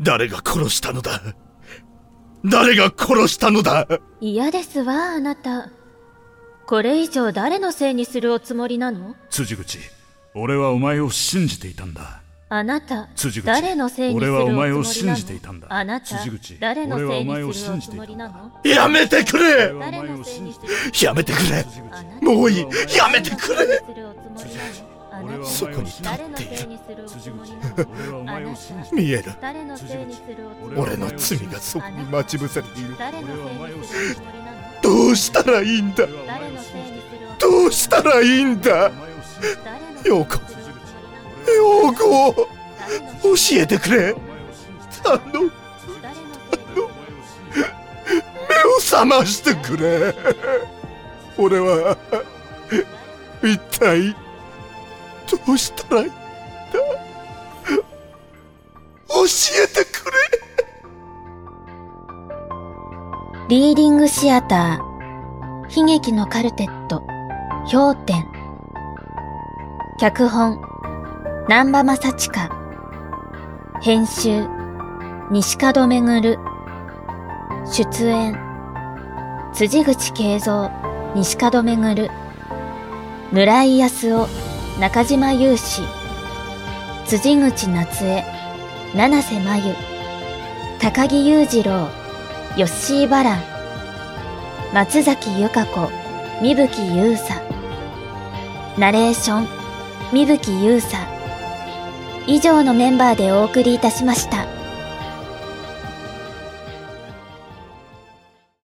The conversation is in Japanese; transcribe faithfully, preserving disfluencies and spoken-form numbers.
誰が殺したのだ。誰が殺したのだ。 嫌ですわ、あなた。これ以上誰のせいにするおつもりなの？ 辻口、俺はお前を信じていたんだ。 あなた、 辻口、 誰のせいにするおつもりなの？ 俺はお前を信じていたんだ。 あなた、 辻口、 誰のせいにする俺はお前をお信じていたつもりなの？ やめてくれ。 誰のせいにする？ やめてくれ。もういい。やめてくれ。そこに立っている。見える。俺の罪がそこに待ち伏せている。どうしたらいいんだ。どうしたらいいんだ。陽子、陽子、教えてくれ。あの、あの、目を覚ましてくれ。俺は一体どうしたらいいんだ。教えてくれ。 リーディングシアター悲劇のカルテット氷点。脚本難波正親。編集西門めぐる。出演辻口圭三、西門めぐる、村井康夫、中島雄志、辻口夏江、七瀬真由、高木裕次郎、ヨッシー・バラン、松崎由香子、三吹優佐。ナレーション三吹優佐。以上のメンバーでお送りいたしました。